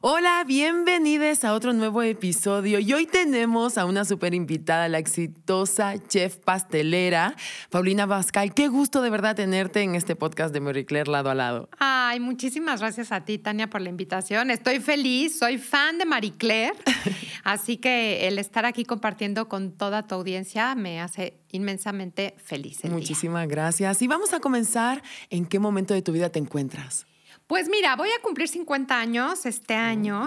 Hola, bienvenidos a otro nuevo episodio. Y hoy tenemos a una súper invitada, la exitosa chef pastelera, Paulina Abascal. Qué gusto de verdad tenerte en este podcast de Marie Claire Lado a Lado. Ay, muchísimas gracias a ti, Tania, por la invitación. Estoy feliz, soy fan de Marie Claire, así que el estar aquí compartiendo con toda tu audiencia me hace inmensamente feliz. Muchísimas gracias. Y vamos a comenzar. ¿En qué momento de tu vida te encuentras? Pues mira, voy a cumplir 50 años este año.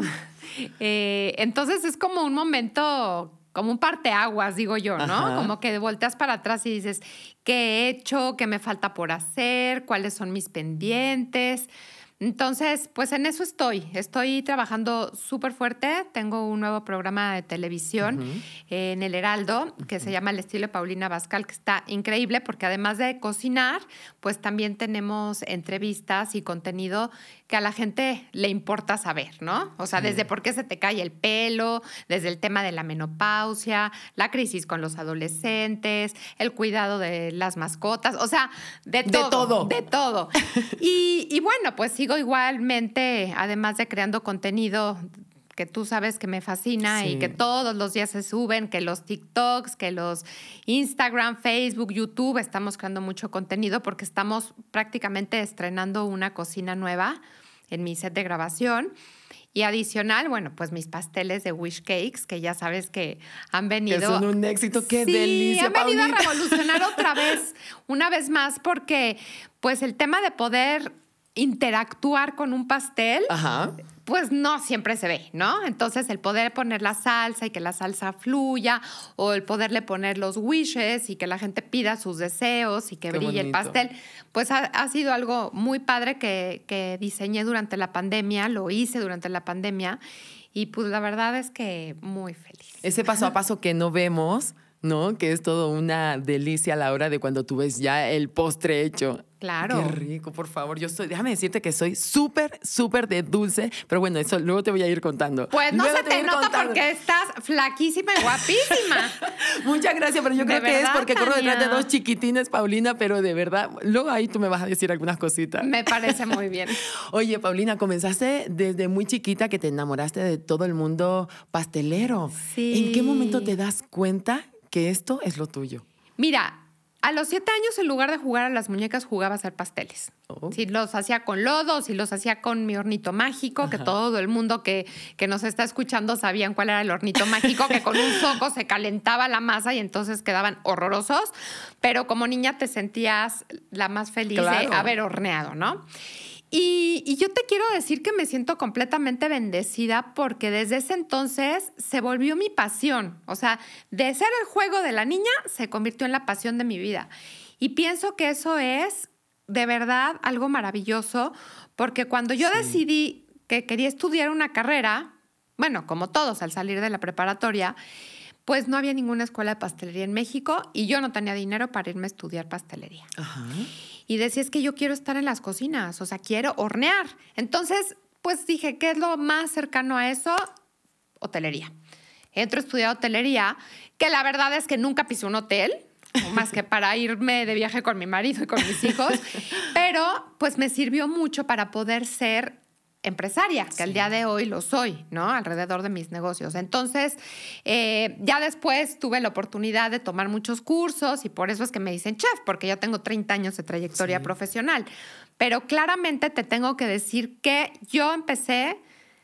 Entonces es como un momento, como un parteaguas, digo yo, ¿no? Ajá. Como que volteas para atrás y dices, ¿qué he hecho? ¿Qué me falta por hacer? ¿Cuáles son mis pendientes? Entonces, pues en eso estoy. Estoy trabajando súper fuerte. Tengo un nuevo programa de televisión en El Heraldo que se llama El Estilo de Paulina Abascal, que está increíble porque además de cocinar, pues también tenemos entrevistas y contenido que a la gente le importa saber, ¿no? O sea, desde por qué se te cae el pelo, desde el tema de la menopausia, la crisis con los adolescentes, el cuidado de las mascotas, o sea, de todo. De todo. Y bueno, pues sigo igualmente, además de creando contenido que tú sabes que me fascina, sí, y que todos los días se suben, que los TikToks, que los Instagram, Facebook, YouTube, estamos creando mucho contenido porque estamos prácticamente estrenando una cocina nueva en mi set de grabación. Y adicional, bueno, pues mis pasteles de Wish Cakes, que ya sabes que han venido... Que son un éxito, qué sí, delicia, han venido Paulita. a revolucionar otra vez, una vez más, porque pues el tema de poder interactuar con un pastel, Ajá, pues no siempre se ve, ¿no? Entonces el poder poner la salsa y que la salsa fluya, o el poderle poner los wishes y que la gente pida sus deseos y que Qué brille el bonito. pastel, pues ha sido algo muy padre que diseñé durante la pandemia, lo hice durante la pandemia y pues la verdad es que muy feliz. ese paso a paso que no vemos, ¿no? Que es todo una delicia a la hora de cuando tú ves ya el postre hecho. Claro. Qué rico, por favor. Déjame decirte que soy súper, súper de dulce, pero bueno, eso luego te voy a ir contando. Pues no Luego se voy a te ir nota contando. porque estás flaquísima y guapísima. Muchas gracias, pero yo De creo que es verdad, porque corro detrás de Tania. dos chiquitines, Paulina, pero de verdad, luego ahí tú me vas a decir algunas cositas. Me parece muy bien. Oye, Paulina, comenzaste desde muy chiquita que te enamoraste de todo el mundo pastelero. Sí. ¿En qué momento te das cuenta que esto es lo tuyo? Mira, a los 7 años, en lugar de jugar a las muñecas, jugaba a hacer pasteles. Oh. Si los hacía con lodo, si los hacía con mi hornito mágico, que todo el mundo que nos está escuchando sabían cuál era el hornito mágico, que con un foco se calentaba la masa y entonces quedaban horrorosos. Pero como niña te sentías la más feliz Claro. de haber horneado, ¿no? Y yo te quiero decir que me siento completamente bendecida porque desde ese entonces se volvió mi pasión. O sea, de ser el juego de la niña se convirtió en la pasión de mi vida. Y pienso que eso es de verdad algo maravilloso porque cuando yo decidí que quería estudiar una carrera, bueno, como todos al salir de la preparatoria, pues no había ninguna escuela de pastelería en México y yo no tenía dinero para irme a estudiar pastelería. Ajá. Y decía, es que yo quiero estar en las cocinas, o sea, quiero hornear. Entonces, pues dije, ¿qué es lo más cercano a eso? Hotelería. Entro a estudiar hotelería, que la verdad es que nunca pisé un hotel, más que para irme de viaje con mi marido y con mis hijos, pero pues me sirvió mucho para poder ser empresaria, que al día de hoy lo soy, ¿no? Alrededor de mis negocios. Entonces, ya después tuve la oportunidad de tomar muchos cursos y por eso es que me dicen chef, porque ya tengo 30 años de trayectoria profesional. Pero claramente te tengo que decir que yo empecé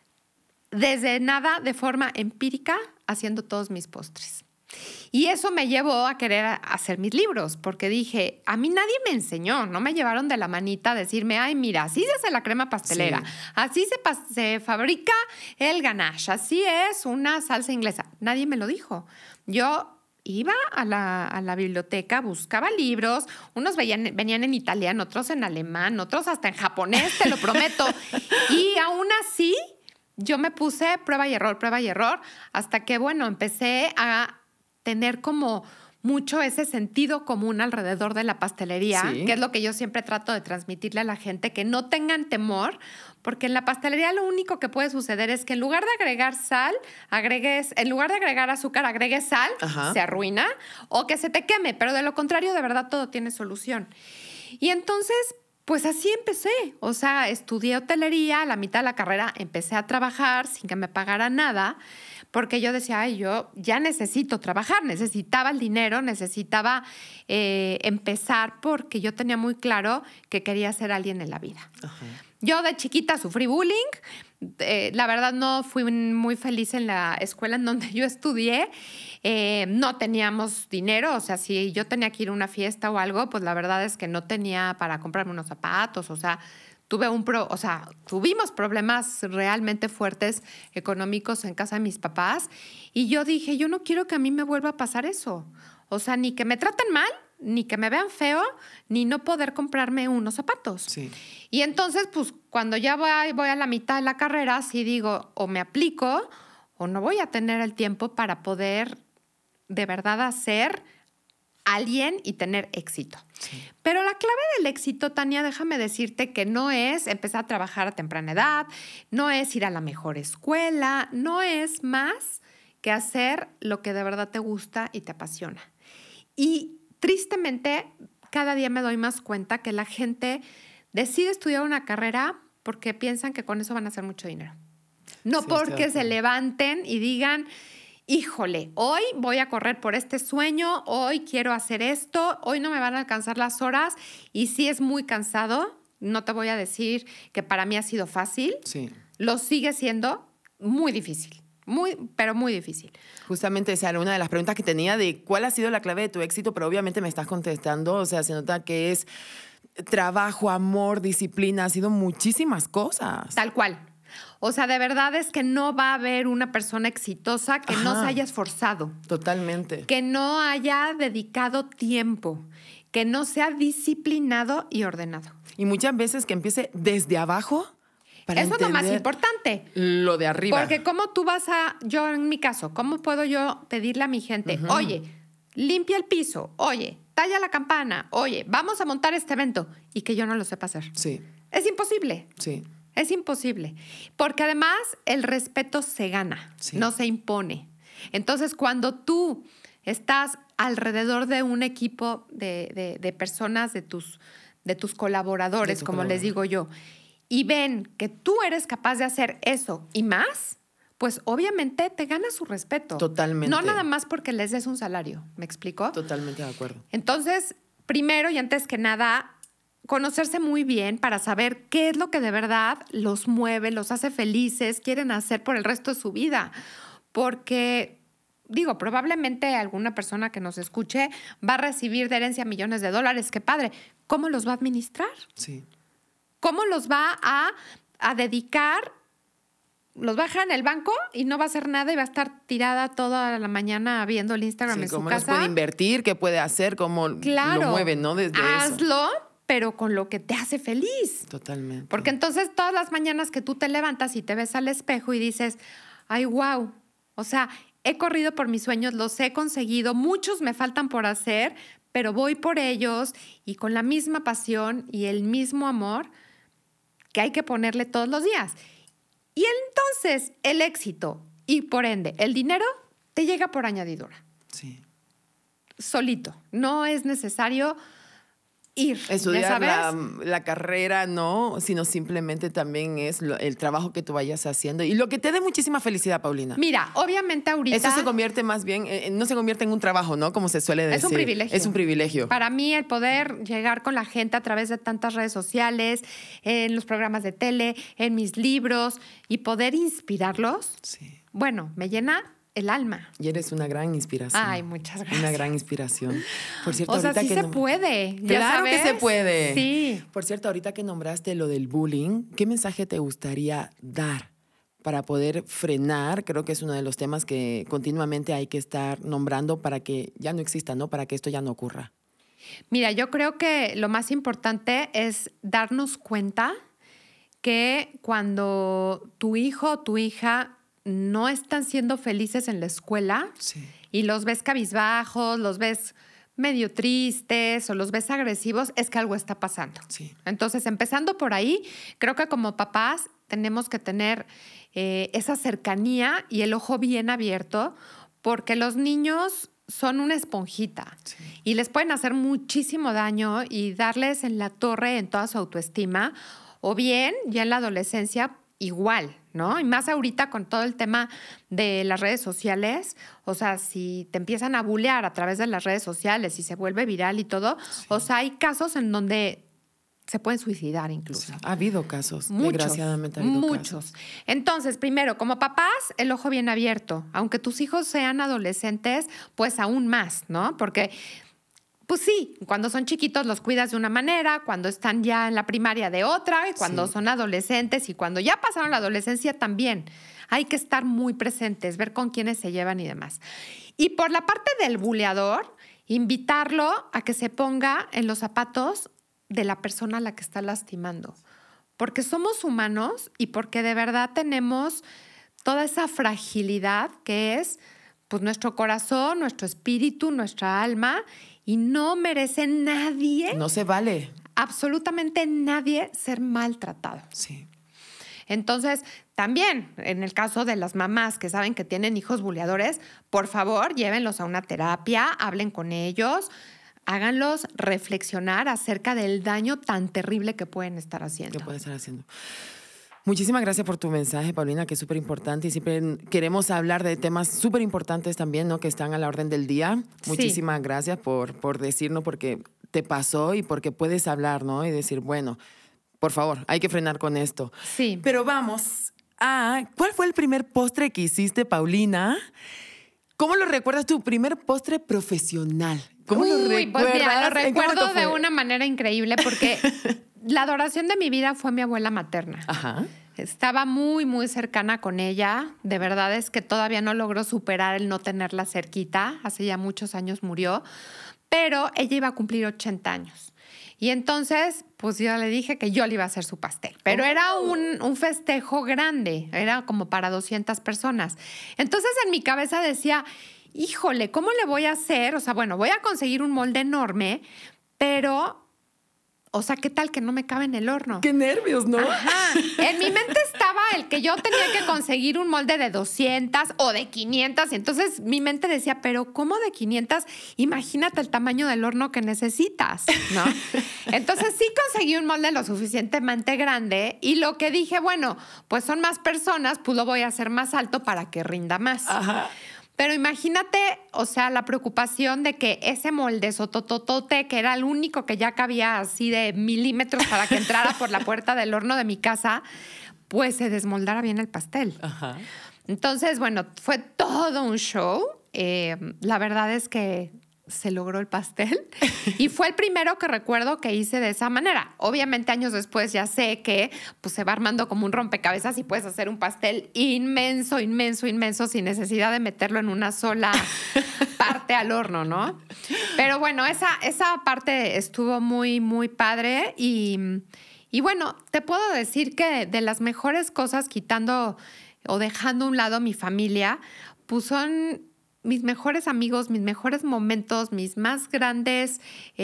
desde nada, de forma empírica, haciendo todos mis postres. Y eso me llevó a querer hacer mis libros, porque dije, a mí nadie me enseñó, no me llevaron de la manita a decirme, ay, mira, así se hace la crema pastelera, Sí. así se fabrica el ganache, así es una salsa inglesa. Nadie me lo dijo. Yo iba a la biblioteca, buscaba libros, unos venían en italiano, otros en alemán, otros hasta en japonés, te lo prometo. Y aún así, yo me puse prueba y error, hasta que, bueno, empecé a tener como mucho ese sentido común alrededor de la pastelería, Sí. que es lo que yo siempre trato de transmitirle a la gente, que no tengan temor, porque en la pastelería lo único que puede suceder es que en lugar de agregar sal, en lugar de agregar azúcar, agregues sal, Ajá. se arruina, o que se te queme, pero de lo contrario, de verdad, todo tiene solución. Y entonces, Pues así empecé. O sea, estudié hotelería, a la mitad de la carrera empecé a trabajar sin que me pagara nada, porque yo decía, ay, yo ya necesito trabajar, necesitaba el dinero, necesitaba empezar porque yo tenía muy claro que quería ser alguien en la vida. Ajá. Yo de chiquita sufrí bullying. La verdad no fui muy feliz en la escuela en donde yo estudié. No teníamos dinero, o sea, si yo tenía que ir a una fiesta o algo, pues la verdad es que no tenía para comprarme unos zapatos, o sea, tuvimos problemas realmente fuertes económicos en casa de mis papás y yo dije, yo no quiero que a mí me vuelva a pasar eso. O sea, ni que me traten mal, ni que me vean feo, ni no poder comprarme unos zapatos. Sí. Y entonces, pues, cuando ya voy a la mitad de la carrera, sí digo, o me aplico o no voy a tener el tiempo para poder de verdad hacer alguien y tener éxito. Sí. Pero la clave del éxito, Tania, déjame decirte que no es empezar a trabajar a temprana edad, no es ir a la mejor escuela, no es más que hacer lo que de verdad te gusta y te apasiona. Y tristemente, cada día me doy más cuenta que la gente decide estudiar una carrera porque piensan que con eso van a hacer mucho dinero. No porque se levanten y digan, híjole, hoy voy a correr por este sueño, hoy quiero hacer esto, hoy no me van a alcanzar las horas y sí es muy cansado. No te voy a decir que para mí ha sido fácil. Sí. Lo sigue siendo muy difícil. Pero muy difícil. Justamente esa era una de las preguntas que tenía de cuál ha sido la clave de tu éxito, pero obviamente me estás contestando, o sea, se nota que es trabajo, amor, disciplina, ha sido muchísimas cosas. Tal cual. O sea, de verdad es que no va a haber una persona exitosa que no se haya esforzado. Totalmente. Que no haya dedicado tiempo, que no sea disciplinado y ordenado. Y muchas veces que empiece desde abajo. Eso es lo más importante. Lo de arriba. Porque cómo tú yo en mi caso, ¿cómo puedo yo pedirle a mi gente, oye, limpia el piso, oye, talla la campana, oye, vamos a montar este evento y que yo no lo sepa hacer? Sí. Es imposible. Sí. Es imposible. Porque además el respeto se gana, no se impone. Entonces, cuando tú estás alrededor de un equipo de personas, de tus colaboradores, como les digo yo, y ven que tú eres capaz de hacer eso y más, pues obviamente te ganas su respeto. Totalmente. No nada más porque les des un salario, ¿me explico? Totalmente de acuerdo. Entonces, primero y antes que nada, conocerse muy bien para saber qué es lo que de verdad los mueve, los hace felices, quieren hacer por el resto de su vida. Porque, digo, probablemente alguna persona que nos escuche va a recibir de herencia millones de dólares. ¡Qué padre! ¿Cómo los va a administrar? Sí. ¿Cómo los va a dedicar? Los va a dejar en el banco y no va a hacer nada y va a estar tirada toda la mañana viendo el Instagram en su casa. ¿Cómo los puede invertir? ¿Qué puede hacer? ¿Cómo lo mueve, no? Desde hazlo, eso. Pero con lo que te hace feliz. Totalmente. Porque entonces todas las mañanas que tú te levantas y te ves al espejo y dices, ay, wow, o sea, he corrido por mis sueños, los he conseguido, muchos me faltan por hacer, pero voy por ellos y con la misma pasión y el mismo amor que hay que ponerle todos los días. Y entonces el éxito y por ende el dinero te llega por añadidura. Sí. Solito. No es necesario ir. Estudiar la carrera, no, sino simplemente también es el trabajo que tú vayas haciendo y lo que te dé muchísima felicidad, Paulina. Mira, obviamente ahorita... Eso se convierte más bien, no se convierte en un trabajo, ¿no? Como se suele decir. Es un privilegio. Es un privilegio. Para mí el poder llegar con la gente a través de tantas redes sociales, en los programas de tele, en mis libros y poder inspirarlos, sí. Bueno, me llena el alma. Y eres una gran inspiración. Ay, muchas gracias. Una gran inspiración. Por cierto, o sea, ahorita sí que se puede. Claro que se puede. Sí. Por cierto, ahorita que nombraste lo del bullying, ¿qué mensaje te gustaría dar para poder frenar? Creo que es uno de los temas que continuamente hay que estar nombrando para que ya no exista, ¿no? Para que esto ya no ocurra. Mira, yo creo que lo más importante es darnos cuenta que cuando tu hijo o tu hija no están siendo felices en la escuela sí. y los ves cabizbajos, los ves medio tristes o los ves agresivos, es que algo está pasando. Sí. Entonces, empezando por ahí, creo que como papás tenemos que tener esa cercanía y el ojo bien abierto, porque los niños son una esponjita y les pueden hacer muchísimo daño y darles en la torre en toda su autoestima, o bien ya en la adolescencia igual, ¿no? Y más ahorita con todo el tema de las redes sociales, o sea, si te empiezan a bulear a través de las redes sociales y se vuelve viral y todo, o sea, hay casos en donde se pueden suicidar incluso. Sí, ha habido casos, muchos, desgraciadamente ha habido muchos. casos. Entonces, primero, como papás, el ojo bien abierto. Aunque tus hijos sean adolescentes, pues aún más, ¿no? Porque, pues sí, cuando son chiquitos los cuidas de una manera, cuando están ya en la primaria de otra, y cuando son adolescentes y cuando ya pasaron la adolescencia también. Hay que estar muy presentes, ver con quiénes se llevan y demás. Y por la parte del buleador, invitarlo a que se ponga en los zapatos de la persona a la que está lastimando. Porque somos humanos y porque de verdad tenemos toda esa fragilidad que es pues, nuestro corazón, nuestro espíritu, nuestra alma, y no merece nadie, No se vale. absolutamente nadie, ser maltratado. Sí. Entonces, también en el caso de las mamás que saben que tienen hijos buleadores, por favor, llévenlos a una terapia, hablen con ellos, háganlos reflexionar acerca del daño tan terrible que pueden estar haciendo. ¿Qué puede estar haciendo? Muchísimas gracias por tu mensaje, Paulina, que es súper importante y siempre queremos hablar de temas súper importantes también, ¿no? Que están a la orden del día. Sí. Muchísimas gracias por decirnos porque te pasó y porque puedes hablar, ¿no? Y decir, bueno, por favor, hay que frenar con esto. Sí. Pero vamos a... ¿Cuál fue el primer postre que hiciste, Paulina? ¿Cómo lo recuerdas tu primer postre profesional? ¿Cómo lo recuerdas? Pues mira, lo ¿En qué recuerdo momento de fue? una manera increíble porque la adoración de mi vida fue mi abuela materna. Ajá. Estaba muy, muy cercana con ella. De verdad es que todavía no logró superar el no tenerla cerquita. Hace ya muchos años murió. Pero ella iba a cumplir 80 años. Y entonces, pues yo le dije que yo le iba a hacer su pastel. Pero era un festejo grande. Era como para 200 personas. Entonces en mi cabeza decía, híjole, ¿cómo le voy a hacer? O sea, bueno, voy a conseguir un molde enorme, pero... O sea, ¿qué tal que no me cabe en el horno? Qué nervios, ¿no? Ajá. En mi mente estaba el que yo tenía que conseguir un molde de 200 o de 500. Y entonces mi mente decía, pero ¿cómo de 500? Imagínate el tamaño del horno que necesitas, ¿no? Entonces sí conseguí un molde lo suficientemente grande y lo que dije, bueno, pues son más personas, pues lo voy a hacer más alto para que rinda más. Ajá. Pero imagínate, o sea, la preocupación de que ese molde sotototote, que era el único que ya cabía así de milímetros para que entrara por la puerta del horno de mi casa, pues se desmoldara bien el pastel. Ajá. Entonces, bueno, fue todo un show. La verdad es que se logró el pastel y fue el primero que recuerdo que hice de esa manera. Obviamente años después ya sé que pues, se va armando como un rompecabezas y puedes hacer un pastel inmenso, inmenso, inmenso sin necesidad de meterlo en una sola parte al horno, ¿no? Pero bueno, esa parte estuvo muy, muy padre y bueno, te puedo decir que de las mejores cosas quitando o dejando a un lado mi familia, pues son mis mejores amigos, mis mejores momentos, mis más grandes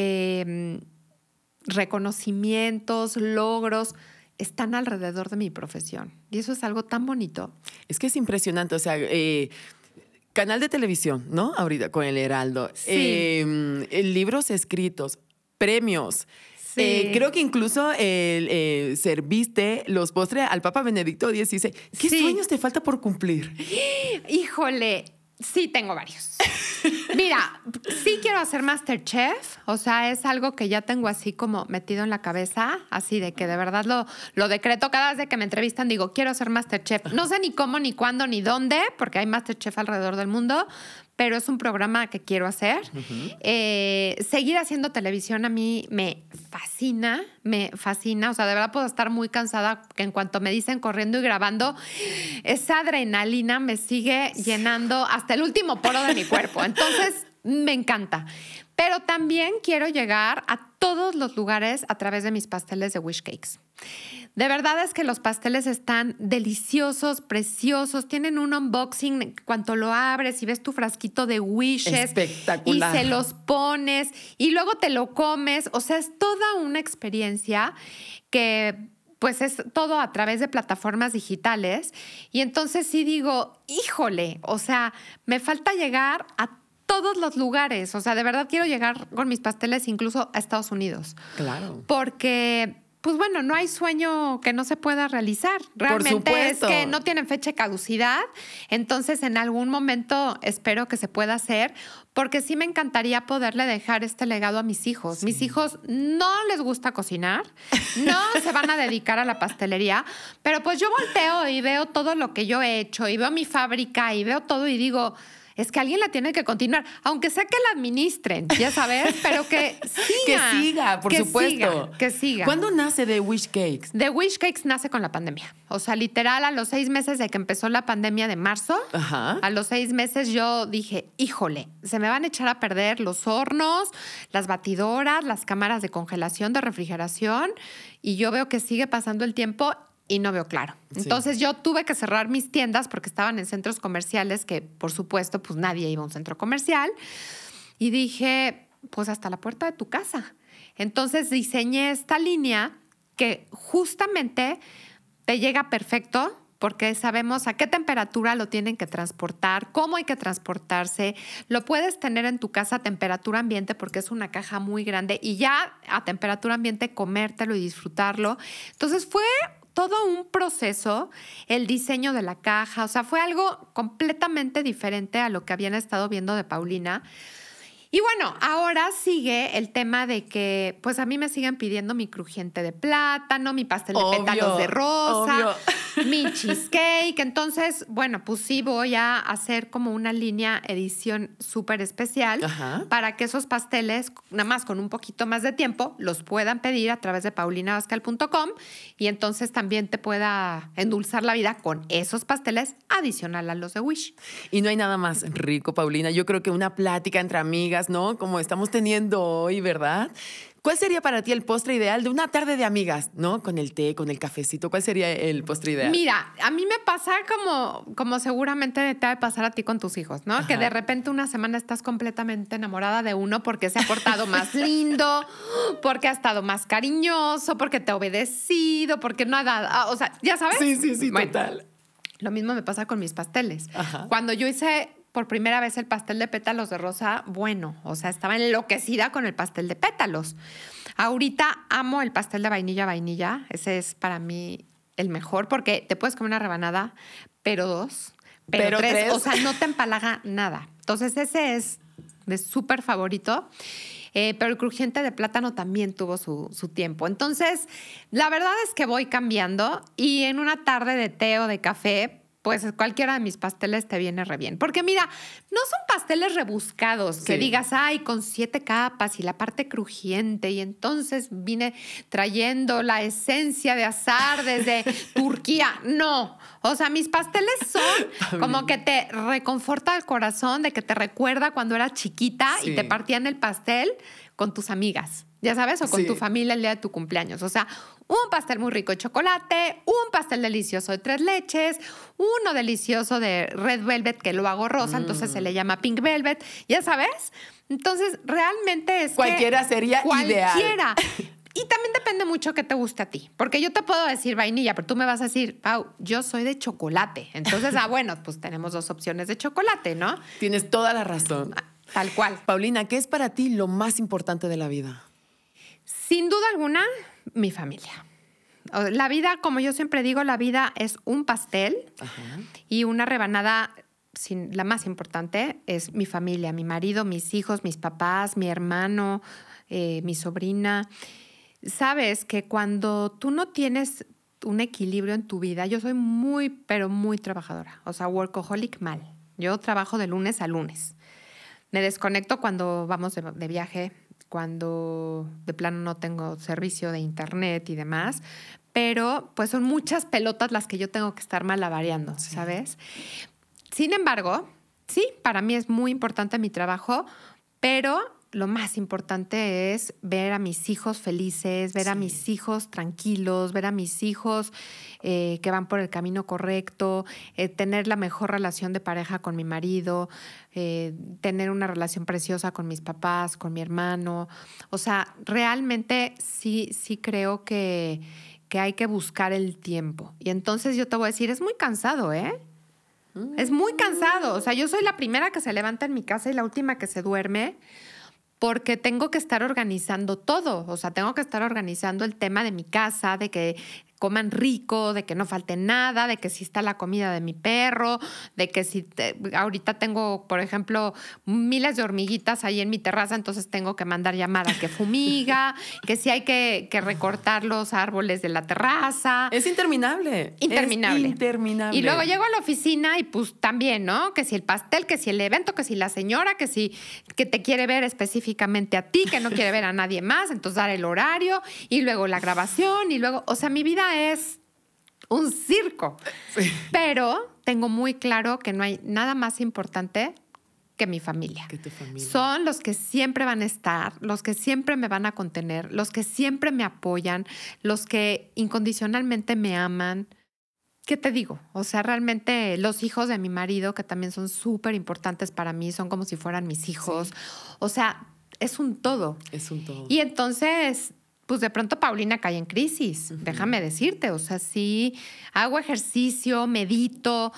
reconocimientos, logros, están alrededor de mi profesión. Y eso es algo tan bonito. Es que es impresionante, o sea, canal de televisión, ¿no? Ahorita con el Heraldo. Sí. Libros escritos, premios. Sí. Creo que incluso serviste los postres al Papa Benedicto XVI. ¿Qué Sí. sueños te falta por cumplir? Híjole, sí tengo varios. Mira, sí quiero hacer MasterChef, o sea, es algo que ya tengo así como metido en la cabeza, así de que de verdad lo decreto. Cada vez que me entrevistan digo, quiero hacer MasterChef. No sé ni cómo, ni cuándo, ni dónde, porque hay MasterChef alrededor del mundo, pero es un programa que quiero hacer. Seguir haciendo televisión a mí me fascina. O sea, de verdad puedo estar muy cansada que en cuanto me dicen corriendo y grabando, esa adrenalina me sigue llenando hasta el último poro de mi cuerpo. Entonces, me encanta. Pero también quiero llegar a todos los lugares a través de mis pasteles de Wish Cakes. De verdad es que los pasteles están deliciosos, preciosos. Tienen un unboxing cuando lo abres y ves tu frasquito de wishes. Espectacular. Y se los pones y luego te lo comes. O sea, es toda una experiencia que pues es todo a través de plataformas digitales. Y entonces sí digo, híjole, o sea, me falta llegar a todos los lugares. O sea, de verdad quiero llegar con mis pasteles incluso a Estados Unidos. Claro. Porque, pues bueno, no hay sueño que no se pueda realizar. Realmente es que no tienen fecha de caducidad. Entonces, en algún momento espero que se pueda hacer, porque sí me encantaría poderle dejar este legado a mis hijos. Mis hijos no les gusta cocinar, no se van a dedicar a la pastelería, pero pues yo volteo y veo todo lo que yo he hecho y veo mi fábrica y veo todo y digo... Es que alguien la tiene que continuar, aunque sea que la administren, ya sabes, pero que siga. Que siga, por supuesto. Que siga. ¿Cuándo nace The Wish Cakes? The Wish Cakes nace con la pandemia. O sea, literal, a los 6 meses de que empezó la pandemia de marzo, a los 6 meses yo dije, híjole, se me van a echar a perder los hornos, las batidoras, las cámaras de congelación, de refrigeración, y yo veo que sigue pasando el tiempo y no veo claro. Entonces yo tuve que cerrar mis tiendas porque estaban en centros comerciales que, por supuesto, pues nadie iba a un centro comercial. Y dije, pues hasta la puerta de tu casa. Entonces diseñé esta línea que justamente te llega perfecto porque sabemos a qué temperatura lo tienen que transportar, cómo hay que transportarse. Lo puedes tener en tu casa a temperatura ambiente porque es una caja muy grande y ya a temperatura ambiente comértelo y disfrutarlo. Entonces fue todo un proceso, el diseño de la caja, o sea, fue algo completamente diferente a lo que habían estado viendo de Paulina. Y bueno, ahora sigue el tema de que, pues a mí me siguen pidiendo mi crujiente de plátano, mi pastel de pétalos de rosa, mi cheesecake. Entonces, bueno, pues sí voy a hacer como una línea edición súper especial para que esos pasteles, nada más con un poquito más de tiempo, los puedan pedir a través de paulinavascal.com y entonces también te pueda endulzar la vida con esos pasteles adicional a los de Wish. Y no hay nada más rico, Paulina. Yo creo que una plática entre amigas, ¿no? Como estamos teniendo hoy, ¿verdad? ¿Cuál sería para ti el postre ideal de una tarde de amigas, ¿no? Con el té, con el cafecito. ¿Cuál sería el postre ideal? Mira, a mí me pasa como seguramente te va a pasar a ti con tus hijos, ¿no? Que de repente una semana estás completamente enamorada de uno porque se ha portado más lindo, porque ha estado más cariñoso, porque te ha obedecido, porque no ha dado... O sea, ¿ya sabes? Sí, bueno, total. Lo mismo me pasa con mis pasteles. Cuando yo hice por primera vez el pastel de pétalos de rosa, bueno, o sea, estaba enloquecida con el pastel de pétalos. Ahorita amo el pastel de vainilla. Ese es para mí el mejor porque te puedes comer una rebanada, pero 2, pero 3. O sea, no te empalaga nada. Entonces, ese es de súper favorito. Pero el crujiente de plátano también tuvo su tiempo. Entonces, la verdad es que voy cambiando y en una tarde de té o de café, pues cualquiera de mis pasteles te viene re bien. Porque mira, no son pasteles rebuscados que digas, ay, con 7 capas y la parte crujiente y entonces vine trayendo la esencia de azar desde Turquía. No, o sea, mis pasteles son como que te reconforta el corazón, de que te recuerda cuando eras chiquita y te partían el pastel con tus amigas, ya sabes, o con tu familia el día de tu cumpleaños. O sea, un pastel muy rico de chocolate, un pastel delicioso de 3 leches, uno delicioso de red velvet que lo hago rosa, entonces se le llama pink velvet, ya sabes. Entonces, realmente es cualquiera sería ideal. Cualquiera. Y también depende mucho que te guste a ti. Porque yo te puedo decir vainilla, pero tú me vas a decir, Pau, yo soy de chocolate. Entonces, bueno, pues tenemos 2 opciones de chocolate, ¿no? Tienes toda la razón. Tal cual. Paulina, ¿qué es para ti lo más importante de la vida? Sin duda alguna, mi familia. La vida, como yo siempre digo, la vida es un pastel y una rebanada, la más importante, es mi familia, mi marido, mis hijos, mis papás, mi hermano, mi sobrina. Sabes que cuando tú no tienes un equilibrio en tu vida, yo soy muy, pero muy trabajadora. O sea, workaholic mal. Yo trabajo de lunes a lunes. Me desconecto cuando vamos de viaje, cuando de plano no tengo servicio de internet y demás, pero pues son muchas pelotas las que yo tengo que estar malabareando, ¿sabes? Sin embargo, sí, para mí es muy importante mi trabajo, pero lo más importante es ver a mis hijos felices, ver a mis hijos tranquilos, ver a mis hijos que van por el camino correcto, tener la mejor relación de pareja con mi marido, tener una relación preciosa con mis papás, con mi hermano. O sea, realmente sí creo que hay que buscar el tiempo. Y entonces yo te voy a decir, es muy cansado, ¿eh? Es muy cansado. O sea, yo soy la primera que se levanta en mi casa y la última que se duerme porque tengo que estar organizando todo. O sea, tengo que estar organizando el tema de mi casa, de que coman rico, de que no falte nada, de que si está la comida de mi perro, de que si ahorita tengo, por ejemplo, miles de hormiguitas ahí en mi terraza, entonces tengo que mandar llamada que fumiga, que si hay que recortar los árboles de la terraza. Es interminable. Interminable. Es interminable. Y luego llego a la oficina y pues también, ¿no? Que si el pastel, que si el evento, que si la señora, que te quiere ver específicamente a ti, que no quiere ver a nadie más, entonces dar el horario y luego la grabación y luego, o sea, mi vida es un circo. Sí. Pero tengo muy claro que no hay nada más importante que mi familia. Que tu familia. Son los que siempre van a estar, los que siempre me van a contener, los que siempre me apoyan, los que incondicionalmente me aman. ¿Qué te digo? O sea, realmente los hijos de mi marido, que también son súper importantes para mí, son como si fueran mis hijos. Sí. O sea, es un todo. Es un todo. Y entonces, pues de pronto Paulina cae en crisis, déjame decirte. O sea, sí, hago ejercicio, medito,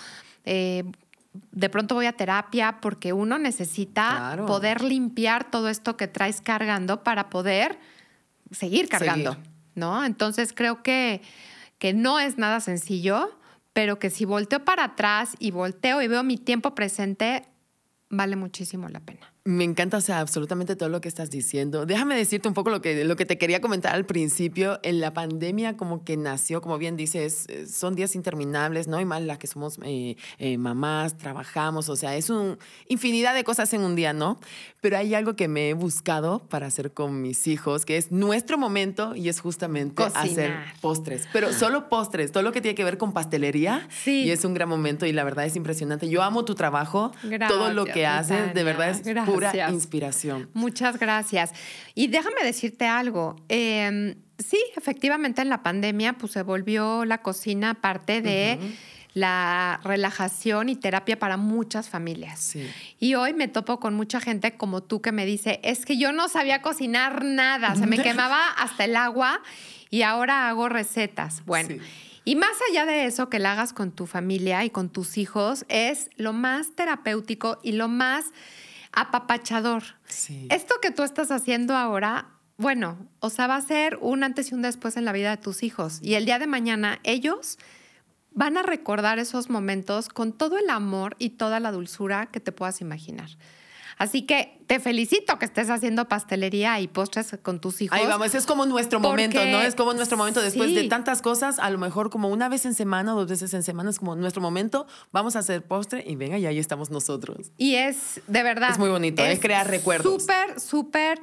de pronto voy a terapia porque uno necesita poder limpiar todo esto que traes cargando para poder seguir cargando, ¿no? Entonces creo que no es nada sencillo, pero que si volteo para atrás y volteo y veo mi tiempo presente, vale muchísimo la pena. Me encanta, o sea, absolutamente todo lo que estás diciendo. Déjame decirte un poco lo que te quería comentar al principio. En la pandemia como que nació, como bien dices, son días interminables, ¿no? Y más las que somos mamás, trabajamos, o sea, es infinidad de cosas en un día, ¿no? Pero hay algo que me he buscado para hacer con mis hijos, que es nuestro momento y es justamente cocinar. Hacer postres. Pero solo postres, todo lo que tiene que ver con pastelería. Sí. Y es un gran momento y la verdad es impresionante. Yo amo tu trabajo, gracias, todo lo que haces, Tania, de verdad es gracias. Pura inspiración. Muchas gracias. Y déjame decirte algo. Sí, efectivamente en la pandemia pues se volvió la cocina parte de la relajación y terapia para muchas familias. Sí. Y hoy me topo con mucha gente como tú que me dice, es que yo no sabía cocinar nada, se me quemaba hasta el agua y ahora hago recetas. Bueno. Sí. Y más allá de eso, que la hagas con tu familia y con tus hijos, es lo más terapéutico y lo más apapachador. Sí. Esto que tú estás haciendo ahora, bueno, o sea, va a ser un antes y un después en la vida de tus hijos. Y el día de mañana ellos van a recordar esos momentos con todo el amor y toda la dulzura que te puedas imaginar. Así que te felicito que estés haciendo pastelería y postres con tus hijos. Ahí vamos, es como nuestro momento, ¿no? Es como nuestro momento después de tantas cosas, a lo mejor como una vez en semana, 2 veces en semana, es como nuestro momento, vamos a hacer postre y venga, y ahí estamos nosotros. Y es, de verdad. Es muy bonito, es crear recuerdos. Súper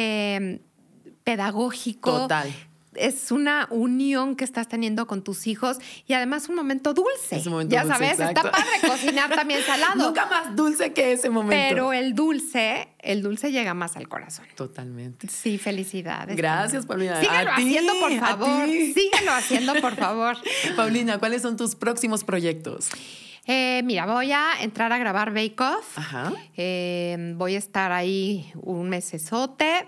pedagógico. Total. Es una unión que estás teniendo con tus hijos y además un momento dulce. Es un momento ya dulce, sabes, exacto. Está padre cocinar también salado. Nunca más dulce que ese momento. Pero el dulce llega más al corazón. Totalmente. Sí, felicidades. Gracias, Paulina. Síguelo haciendo, por favor. Síguelo haciendo, por favor. Paulina, ¿cuáles son tus próximos proyectos? Mira, voy a entrar a grabar Bake Off. Ajá. Voy a estar ahí un mesesote.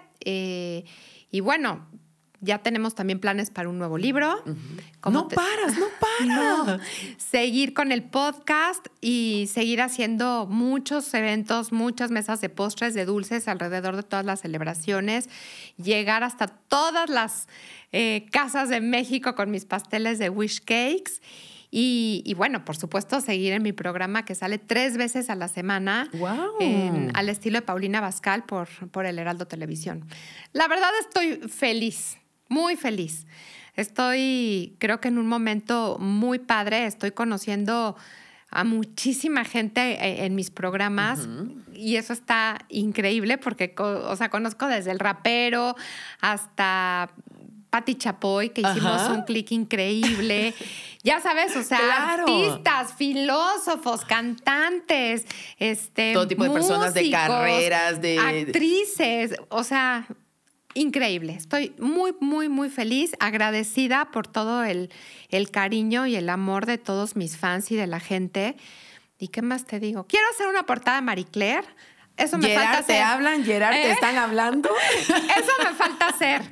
Y bueno, ya tenemos también planes para un nuevo libro. No paras. No. Seguir con el podcast y seguir haciendo muchos eventos, muchas mesas de postres, de dulces alrededor de todas las celebraciones. Llegar hasta todas las casas de México con mis pasteles de Wish Cakes. Y bueno, por supuesto, seguir en mi programa que sale 3 veces a la semana. ¡Wow! Al estilo de Paulina Bascal por El Heraldo Televisión. La verdad estoy feliz. Muy feliz. Estoy, creo que en un momento muy padre. Estoy conociendo a muchísima gente en mis programas y eso está increíble porque, o sea, conozco desde el rapero hasta Pati Chapoy, que hicimos un clic increíble. Ya sabes, o sea, claro. Artistas, filósofos, cantantes, todo tipo de músicos, personas de carreras, de actrices, o sea, increíble. Estoy muy, muy, muy feliz, agradecida por todo el cariño y el amor de todos mis fans y de la gente. ¿Y qué más te digo? Quiero hacer una portada de Marie Claire. Eso me falta hacer. ¿Te hablan? ¿Gerard te están hablando? Eso me falta hacer.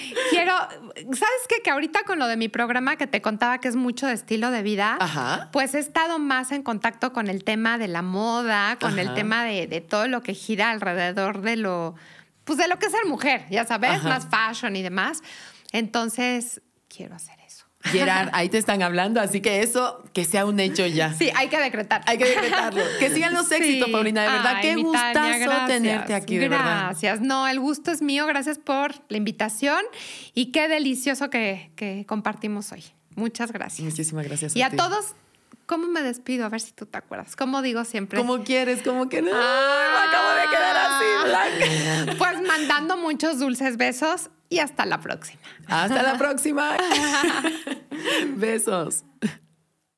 ¿sabes qué? Que ahorita con lo de mi programa que te contaba que es mucho de estilo de vida, Ajá. pues he estado más en contacto con el tema de la moda, con el tema de todo lo que gira alrededor de lo que es ser mujer, ya sabes, más fashion y demás. Entonces, quiero hacer eso. Gerard, ahí te están hablando, así que eso, que sea un hecho ya. Sí, hay que decretar. Hay que decretarlo. Que sigan los éxitos, Paulina, de verdad. Ay, qué mi gustazo Tania, tenerte aquí, de verdad. Gracias. No, el gusto es mío. Gracias por la invitación y qué delicioso que compartimos hoy. Muchas gracias. Muchísimas gracias. Y a ti. todos, ¿cómo me despido? A ver si tú te acuerdas. ¿Cómo digo siempre? Como quieres, como que no. Me acabo de quedar así, blanca. Pues mandando muchos dulces besos y hasta la próxima. Hasta la próxima. Besos.